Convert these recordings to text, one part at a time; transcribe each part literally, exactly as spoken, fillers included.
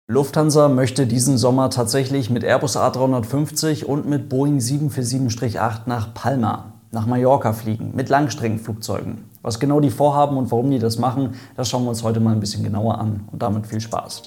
Lufthansa möchte diesen Sommer tatsächlich mit Airbus A drei fünfzig und mit Boeing sieben vier sieben acht nach Palma, nach Mallorca fliegen, mit Langstreckenflugzeugen. Was genau die vorhaben und warum die das machen, das schauen wir uns heute mal ein bisschen genauer an und damit viel Spaß.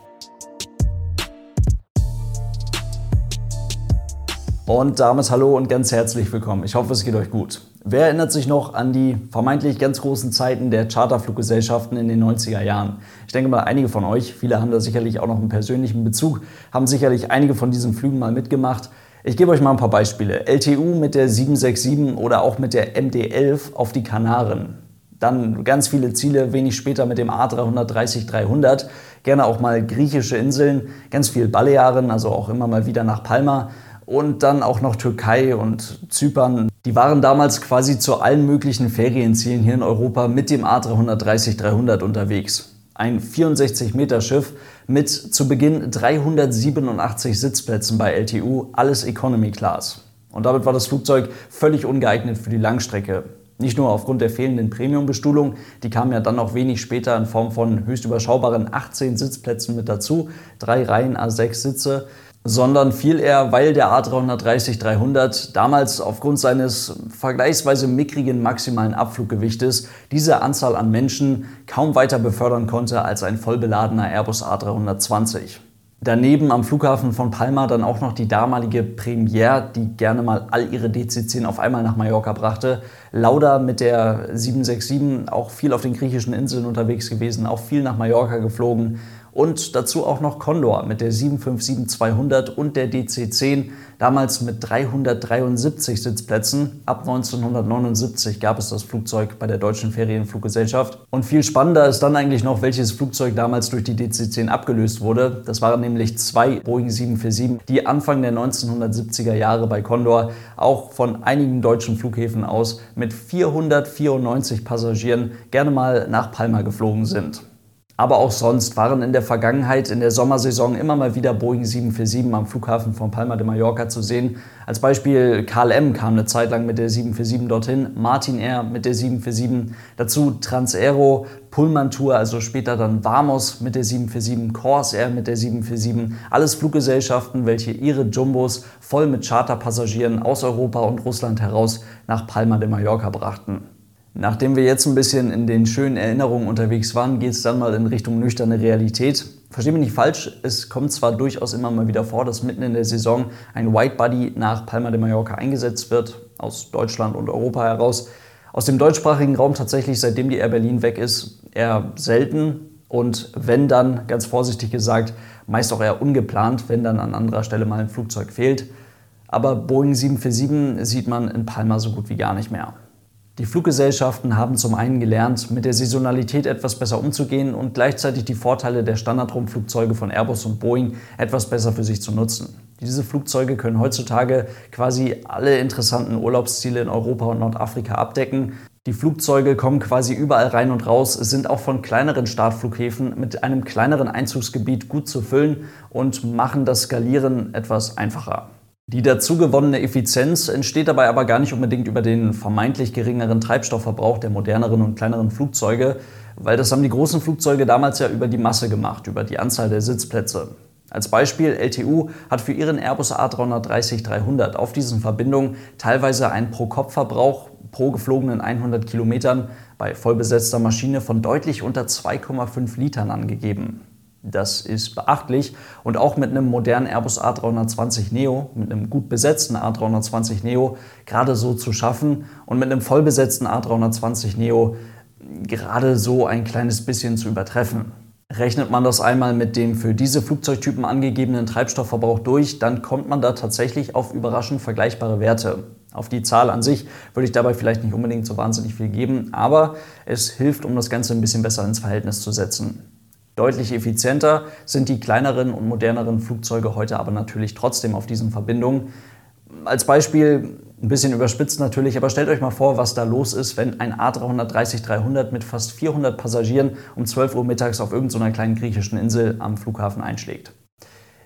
Und damit hallo und ganz herzlich willkommen. Ich hoffe, es geht euch gut. Wer erinnert sich noch an die vermeintlich ganz großen Zeiten der Charterfluggesellschaften in den neunziger Jahren? Ich denke mal, einige von euch, viele haben da sicherlich auch noch einen persönlichen Bezug, haben sicherlich einige von diesen Flügen mal mitgemacht. Ich gebe euch mal ein paar Beispiele. L T U mit der sieben sechs sieben oder auch mit der M D elf auf die Kanaren. Dann ganz viele Ziele, wenig später mit dem A drei dreißig dreihundert. Gerne auch mal griechische Inseln, ganz viel Balearen, also auch immer mal wieder nach Palma. Und dann auch noch Türkei und Zypern. Die waren damals quasi zu allen möglichen Ferienzielen hier in Europa mit dem A drei dreißig dreihundert unterwegs. Ein vierundsechzig Meter Schiff mit zu Beginn dreihundertsiebenundachtzig Sitzplätzen bei L T U, alles Economy Class. Und damit war das Flugzeug völlig ungeeignet für die Langstrecke. Nicht nur aufgrund der fehlenden Premium-Bestuhlung, die kam ja dann noch wenig später in Form von höchst überschaubaren achtzehn Sitzplätzen mit dazu, drei Reihen à sechs Sitze, sondern viel eher, weil der A drei dreißig dreihundert damals aufgrund seines vergleichsweise mickrigen maximalen Abfluggewichtes diese Anzahl an Menschen kaum weiter befördern konnte als ein vollbeladener Airbus A drei zwanzig. Daneben am Flughafen von Palma dann auch noch die damalige Premiere, die gerne mal all ihre D C zehn auf einmal nach Mallorca brachte. Lauda mit der sieben sechs sieben, auch viel auf den griechischen Inseln unterwegs gewesen, auch viel nach Mallorca geflogen. Und dazu auch noch Condor mit der sieben fünf sieben zweihundert und der D C zehn, damals mit dreihundertdreiundsiebzig Sitzplätzen. Ab neunzehnhundertneunundsiebzig gab es das Flugzeug bei der Deutschen Ferienfluggesellschaft. Und viel spannender ist dann eigentlich noch, welches Flugzeug damals durch die D C zehn abgelöst wurde. Das waren nämlich zwei Boeing sieben vier sieben, die Anfang der neunzehnhundertsiebziger Jahre bei Condor auch von einigen deutschen Flughäfen aus mit vierhundertvierundneunzig Passagieren gerne mal nach Palma geflogen sind. Aber auch sonst waren in der Vergangenheit in der Sommersaison immer mal wieder Boeing sieben vier sieben am Flughafen von Palma de Mallorca zu sehen. Als Beispiel K L M kam eine Zeit lang mit der sieben vier sieben dorthin, Martin Air mit der sieben vier sieben, dazu Transaero, Pullman Tour, also später dann Vamos mit der sieben vier sieben, Corsair mit der sieben vier sieben. Alles Fluggesellschaften, welche ihre Jumbos voll mit Charterpassagieren aus Europa und Russland heraus nach Palma de Mallorca brachten. Nachdem wir jetzt ein bisschen in den schönen Erinnerungen unterwegs waren, geht es dann mal in Richtung nüchterne Realität. Versteht mich nicht falsch, es kommt zwar durchaus immer mal wieder vor, dass mitten in der Saison ein Widebody nach Palma de Mallorca eingesetzt wird, aus Deutschland und Europa heraus. Aus dem deutschsprachigen Raum tatsächlich, seitdem die Air Berlin weg ist, eher selten. Und wenn dann, ganz vorsichtig gesagt, meist auch eher ungeplant, wenn dann an anderer Stelle mal ein Flugzeug fehlt. Aber Boeing sieben vier sieben sieht man in Palma so gut wie gar nicht mehr. Die Fluggesellschaften haben zum einen gelernt, mit der Saisonalität etwas besser umzugehen und gleichzeitig die Vorteile der Standardrumpfflugzeuge von Airbus und Boeing etwas besser für sich zu nutzen. Diese Flugzeuge können heutzutage quasi alle interessanten Urlaubsziele in Europa und Nordafrika abdecken. Die Flugzeuge kommen quasi überall rein und raus, sind auch von kleineren Startflughäfen mit einem kleineren Einzugsgebiet gut zu füllen und machen das Skalieren etwas einfacher. Die dazu gewonnene Effizienz entsteht dabei aber gar nicht unbedingt über den vermeintlich geringeren Treibstoffverbrauch der moderneren und kleineren Flugzeuge, weil das haben die großen Flugzeuge damals ja über die Masse gemacht, über die Anzahl der Sitzplätze. Als Beispiel, L T U hat für ihren Airbus A drei dreißig dreihundert auf diesen Verbindungen teilweise einen Pro-Kopf-Verbrauch pro geflogenen hundert Kilometern bei vollbesetzter Maschine von deutlich unter zwei Komma fünf Litern angegeben. Das ist beachtlich und auch mit einem modernen Airbus A drei zwanzig Neo, mit einem gut besetzten A drei zwanzig Neo gerade so zu schaffen und mit einem vollbesetzten A drei zwanzig Neo gerade so ein kleines bisschen zu übertreffen. Rechnet man das einmal mit dem für diese Flugzeugtypen angegebenen Treibstoffverbrauch durch, dann kommt man da tatsächlich auf überraschend vergleichbare Werte. Auf die Zahl an sich würde ich dabei vielleicht nicht unbedingt so wahnsinnig viel geben, aber es hilft, um das Ganze ein bisschen besser ins Verhältnis zu setzen. Deutlich effizienter sind die kleineren und moderneren Flugzeuge heute aber natürlich trotzdem auf diesen Verbindungen. Als Beispiel, ein bisschen überspitzt natürlich, aber stellt euch mal vor, was da los ist, wenn ein A drei dreißig dreihundert mit fast vierhundert Passagieren um zwölf Uhr mittags auf irgendeiner kleinen griechischen Insel am Flughafen einschlägt.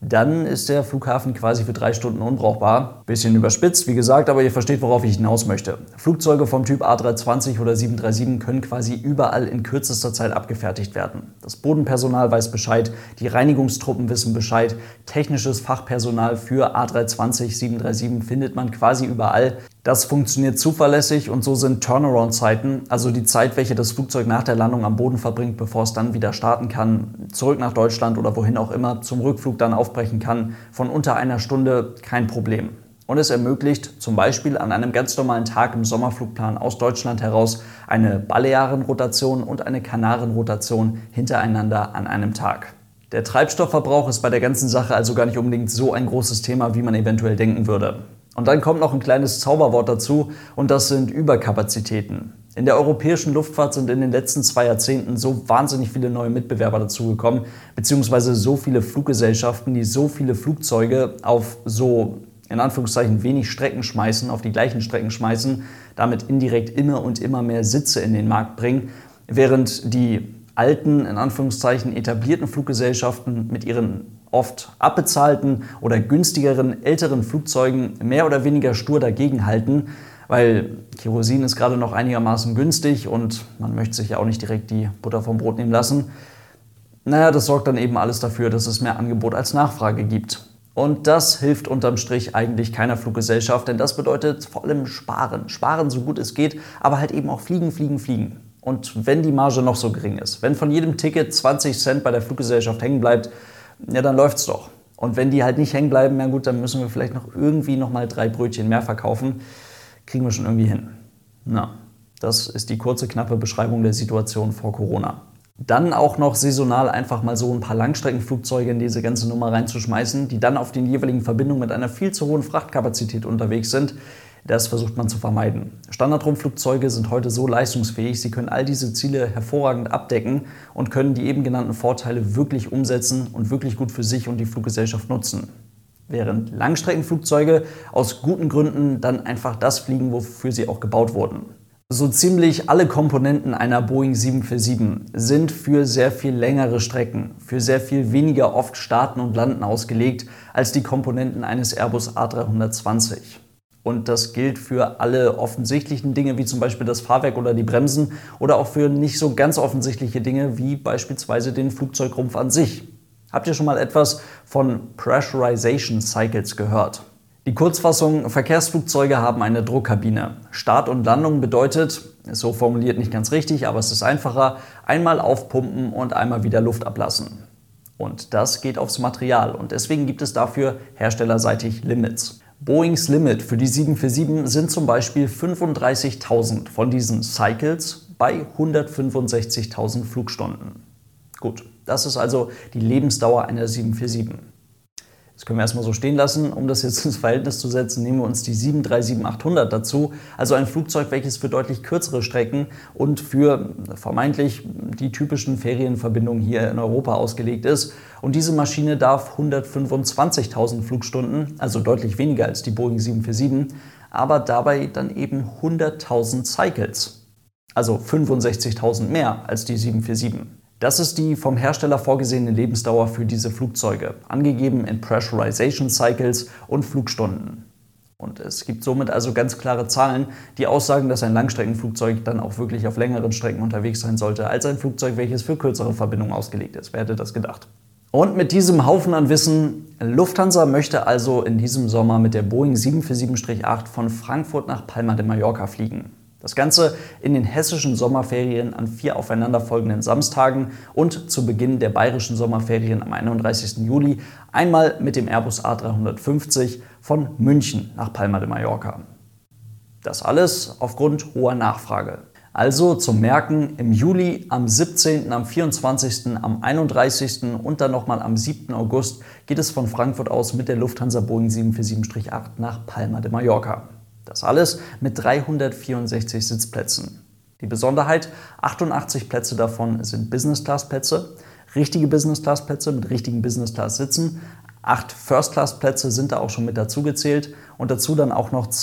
dann ist der Flughafen quasi für drei Stunden unbrauchbar. Bisschen überspitzt, wie gesagt, aber ihr versteht, worauf ich hinaus möchte. Flugzeuge vom Typ A drei zwanzig oder sieben drei sieben können quasi überall in kürzester Zeit abgefertigt werden. Das Bodenpersonal weiß Bescheid, die Reinigungstruppen wissen Bescheid, technisches Fachpersonal für A drei zwanzig, sieben drei sieben findet man quasi überall. Das funktioniert zuverlässig und so sind Turnaround-Zeiten, also die Zeit, welche das Flugzeug nach der Landung am Boden verbringt, bevor es dann wieder starten kann, zurück nach Deutschland oder wohin auch immer, zum Rückflug dann aufbrechen kann, von unter einer Stunde kein Problem. Und es ermöglicht zum Beispiel an einem ganz normalen Tag im Sommerflugplan aus Deutschland heraus eine Balearenrotation und eine Kanarenrotation hintereinander an einem Tag. Der Treibstoffverbrauch ist bei der ganzen Sache also gar nicht unbedingt so ein großes Thema, wie man eventuell denken würde. Und dann kommt noch ein kleines Zauberwort dazu und das sind Überkapazitäten. In der europäischen Luftfahrt sind in den letzten zwei Jahrzehnten so wahnsinnig viele neue Mitbewerber dazugekommen, beziehungsweise so viele Fluggesellschaften, die so viele Flugzeuge auf so in Anführungszeichen wenig Strecken schmeißen, auf die gleichen Strecken schmeißen, damit indirekt immer und immer mehr Sitze in den Markt bringen, während die alten, in Anführungszeichen etablierten Fluggesellschaften mit ihren oft abbezahlten oder günstigeren älteren Flugzeugen mehr oder weniger stur dagegenhalten, weil Kerosin ist gerade noch einigermaßen günstig und man möchte sich ja auch nicht direkt die Butter vom Brot nehmen lassen. Naja, das sorgt dann eben alles dafür, dass es mehr Angebot als Nachfrage gibt. Und das hilft unterm Strich eigentlich keiner Fluggesellschaft, denn das bedeutet vor allem Sparen. Sparen so gut es geht, aber halt eben auch fliegen, fliegen, fliegen. Und wenn die Marge noch so gering ist, wenn von jedem Ticket zwanzig Cent bei der Fluggesellschaft hängen bleibt, ja, dann läuft's doch. Und wenn die halt nicht hängen bleiben, ja gut, dann müssen wir vielleicht noch irgendwie noch mal drei Brötchen mehr verkaufen. Kriegen wir schon irgendwie hin. Na, das ist die kurze, knappe Beschreibung der Situation vor Corona. Dann auch noch saisonal einfach mal so ein paar Langstreckenflugzeuge in diese ganze Nummer reinzuschmeißen, die dann auf den jeweiligen Verbindungen mit einer viel zu hohen Frachtkapazität unterwegs sind. Das versucht man zu vermeiden. Standardrumpfflugzeuge sind heute so leistungsfähig, sie können all diese Ziele hervorragend abdecken und können die eben genannten Vorteile wirklich umsetzen und wirklich gut für sich und die Fluggesellschaft nutzen. Während Langstreckenflugzeuge aus guten Gründen dann einfach das fliegen, wofür sie auch gebaut wurden. So ziemlich alle Komponenten einer Boeing sieben vier sieben sind für sehr viel längere Strecken, für sehr viel weniger oft Starten und Landen ausgelegt als die Komponenten eines Airbus A drei zwanzig. Und das gilt für alle offensichtlichen Dinge, wie zum Beispiel das Fahrwerk oder die Bremsen, oder auch für nicht so ganz offensichtliche Dinge, wie beispielsweise den Flugzeugrumpf an sich. Habt ihr schon mal etwas von Pressurization Cycles gehört? Die Kurzfassung: Verkehrsflugzeuge haben eine Druckkabine. Start und Landung bedeutet, ist so formuliert nicht ganz richtig, aber es ist einfacher, einmal aufpumpen und einmal wieder Luft ablassen. Und das geht aufs Material und deswegen gibt es dafür herstellerseitig Limits. Boeings Limit für die sieben vier sieben sind zum Beispiel fünfunddreißigtausend von diesen Cycles bei hundertfünfundsechzigtausend Flugstunden. Gut, das ist also die Lebensdauer einer sieben vier sieben. Das können wir erstmal so stehen lassen. Um das jetzt ins Verhältnis zu setzen, nehmen wir uns die sieben drei sieben achthundert dazu, also ein Flugzeug, welches für deutlich kürzere Strecken und für vermeintlich die typischen Ferienverbindungen hier in Europa ausgelegt ist. Und diese Maschine darf hundertfünfundzwanzigtausend Flugstunden, also deutlich weniger als die Boeing sieben vier sieben, aber dabei dann eben hunderttausend Cycles, also fünfundsechzigtausend mehr als die sieben vier sieben. Das ist die vom Hersteller vorgesehene Lebensdauer für diese Flugzeuge, angegeben in Pressurization Cycles und Flugstunden. Und es gibt somit also ganz klare Zahlen, die aussagen, dass ein Langstreckenflugzeug dann auch wirklich auf längeren Strecken unterwegs sein sollte, als ein Flugzeug, welches für kürzere Verbindungen ausgelegt ist. Wer hätte das gedacht? Und mit diesem Haufen an Wissen, Lufthansa möchte also in diesem Sommer mit der Boeing sieben vier sieben acht von Frankfurt nach Palma de Mallorca fliegen. Das Ganze in den hessischen Sommerferien an vier aufeinanderfolgenden Samstagen und zu Beginn der bayerischen Sommerferien am einunddreißigsten Juli einmal mit dem Airbus A drei fünfzig von München nach Palma de Mallorca. Das alles aufgrund hoher Nachfrage. Also zum Merken: im Juli, am siebzehnten, am vierundzwanzigsten, am einunddreißigsten und dann nochmal am siebten August geht es von Frankfurt aus mit der Lufthansa Boeing sieben vier sieben acht nach Palma de Mallorca. Das alles mit dreihundertvierundsechzig Sitzplätzen. Die Besonderheit: achtundachtzig Plätze davon sind Business-Class-Plätze, richtige Business-Class-Plätze mit richtigen Business-Class-Sitzen. Acht First-Class-Plätze sind da auch schon mit dazu gezählt und dazu dann auch noch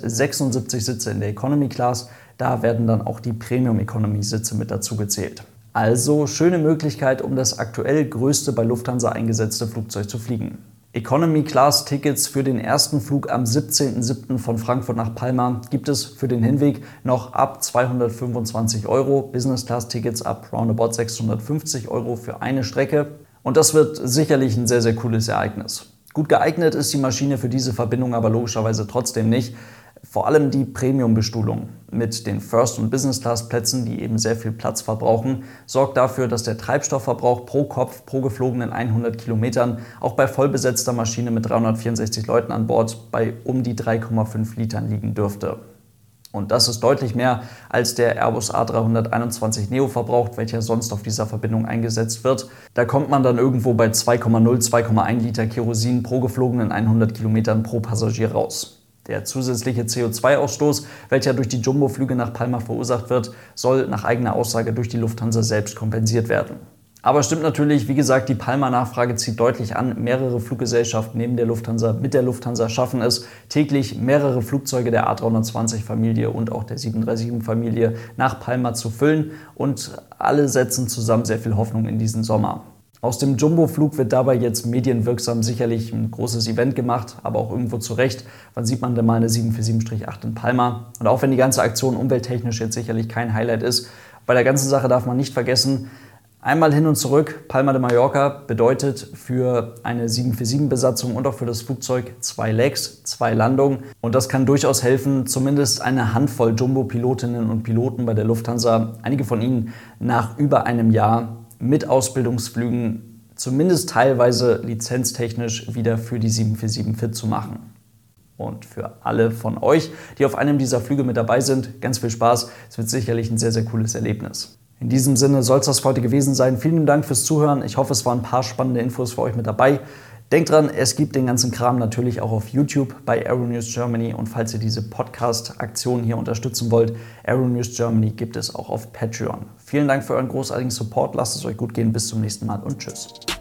zweihundertsechsundsiebzig Sitze in der Economy-Class. Da werden dann auch die Premium-Economy-Sitze mit dazu gezählt. Also schöne Möglichkeit, um das aktuell größte bei Lufthansa eingesetzte Flugzeug zu fliegen. Economy-Class-Tickets für den ersten Flug am siebzehnten siebten von Frankfurt nach Palma gibt es für den Hinweg noch ab zweihundertfünfundzwanzig Euro, Business-Class-Tickets ab roundabout sechshundertfünfzig Euro für eine Strecke. Und das wird sicherlich ein sehr, sehr cooles Ereignis. Gut geeignet ist die Maschine für diese Verbindung aber logischerweise trotzdem nicht. Vor allem die Premium-Bestuhlung mit den First- und Business-Class-Plätzen, die eben sehr viel Platz verbrauchen, sorgt dafür, dass der Treibstoffverbrauch pro Kopf pro geflogenen hundert Kilometern auch bei vollbesetzter Maschine mit dreihundertvierundsechzig Leuten an Bord bei um die drei Komma fünf Litern liegen dürfte. Und das ist deutlich mehr, als der Airbus A drei einundzwanzig Neo verbraucht, welcher sonst auf dieser Verbindung eingesetzt wird. Da kommt man dann irgendwo bei zwei Komma null, zwei Komma eins Liter Kerosin pro geflogenen hundert Kilometern pro Passagier raus. Der zusätzliche C O zwei Ausstoß, welcher durch die Jumbo-Flüge nach Palma verursacht wird, soll nach eigener Aussage durch die Lufthansa selbst kompensiert werden. Aber stimmt natürlich, wie gesagt, die Palma-Nachfrage zieht deutlich an. Mehrere Fluggesellschaften neben der Lufthansa mit der Lufthansa schaffen es, täglich mehrere Flugzeuge der A drei zwanzig Familie und auch der sieben drei sieben Familie nach Palma zu füllen. Und alle setzen zusammen sehr viel Hoffnung in diesen Sommer. Aus dem Jumbo-Flug wird dabei jetzt medienwirksam sicherlich ein großes Event gemacht, aber auch irgendwo zu Recht. Wann sieht man denn mal eine sieben vier sieben acht in Palma? Und auch wenn die ganze Aktion umwelttechnisch jetzt sicherlich kein Highlight ist, bei der ganzen Sache darf man nicht vergessen, einmal hin und zurück, Palma de Mallorca bedeutet für eine sieben vier sieben Besatzung und auch für das Flugzeug zwei Legs, zwei Landungen. Und das kann durchaus helfen, zumindest eine Handvoll Jumbo-Pilotinnen und Piloten bei der Lufthansa, einige von ihnen nach über einem Jahr mit Ausbildungsflügen zumindest teilweise lizenztechnisch wieder für die sieben vier sieben fit zu machen. Und für alle von euch, die auf einem dieser Flüge mit dabei sind, ganz viel Spaß. Es wird sicherlich ein sehr, sehr cooles Erlebnis. In diesem Sinne soll es das für heute gewesen sein. Vielen Dank fürs Zuhören. Ich hoffe, es waren ein paar spannende Infos für euch mit dabei. Denkt dran, es gibt den ganzen Kram natürlich auch auf YouTube bei Aeronews Germany. Und falls ihr diese Podcast-Aktion hier unterstützen wollt, Aeronews Germany gibt es auch auf Patreon. Vielen Dank für euren großartigen Support. Lasst es euch gut gehen. Bis zum nächsten Mal und tschüss.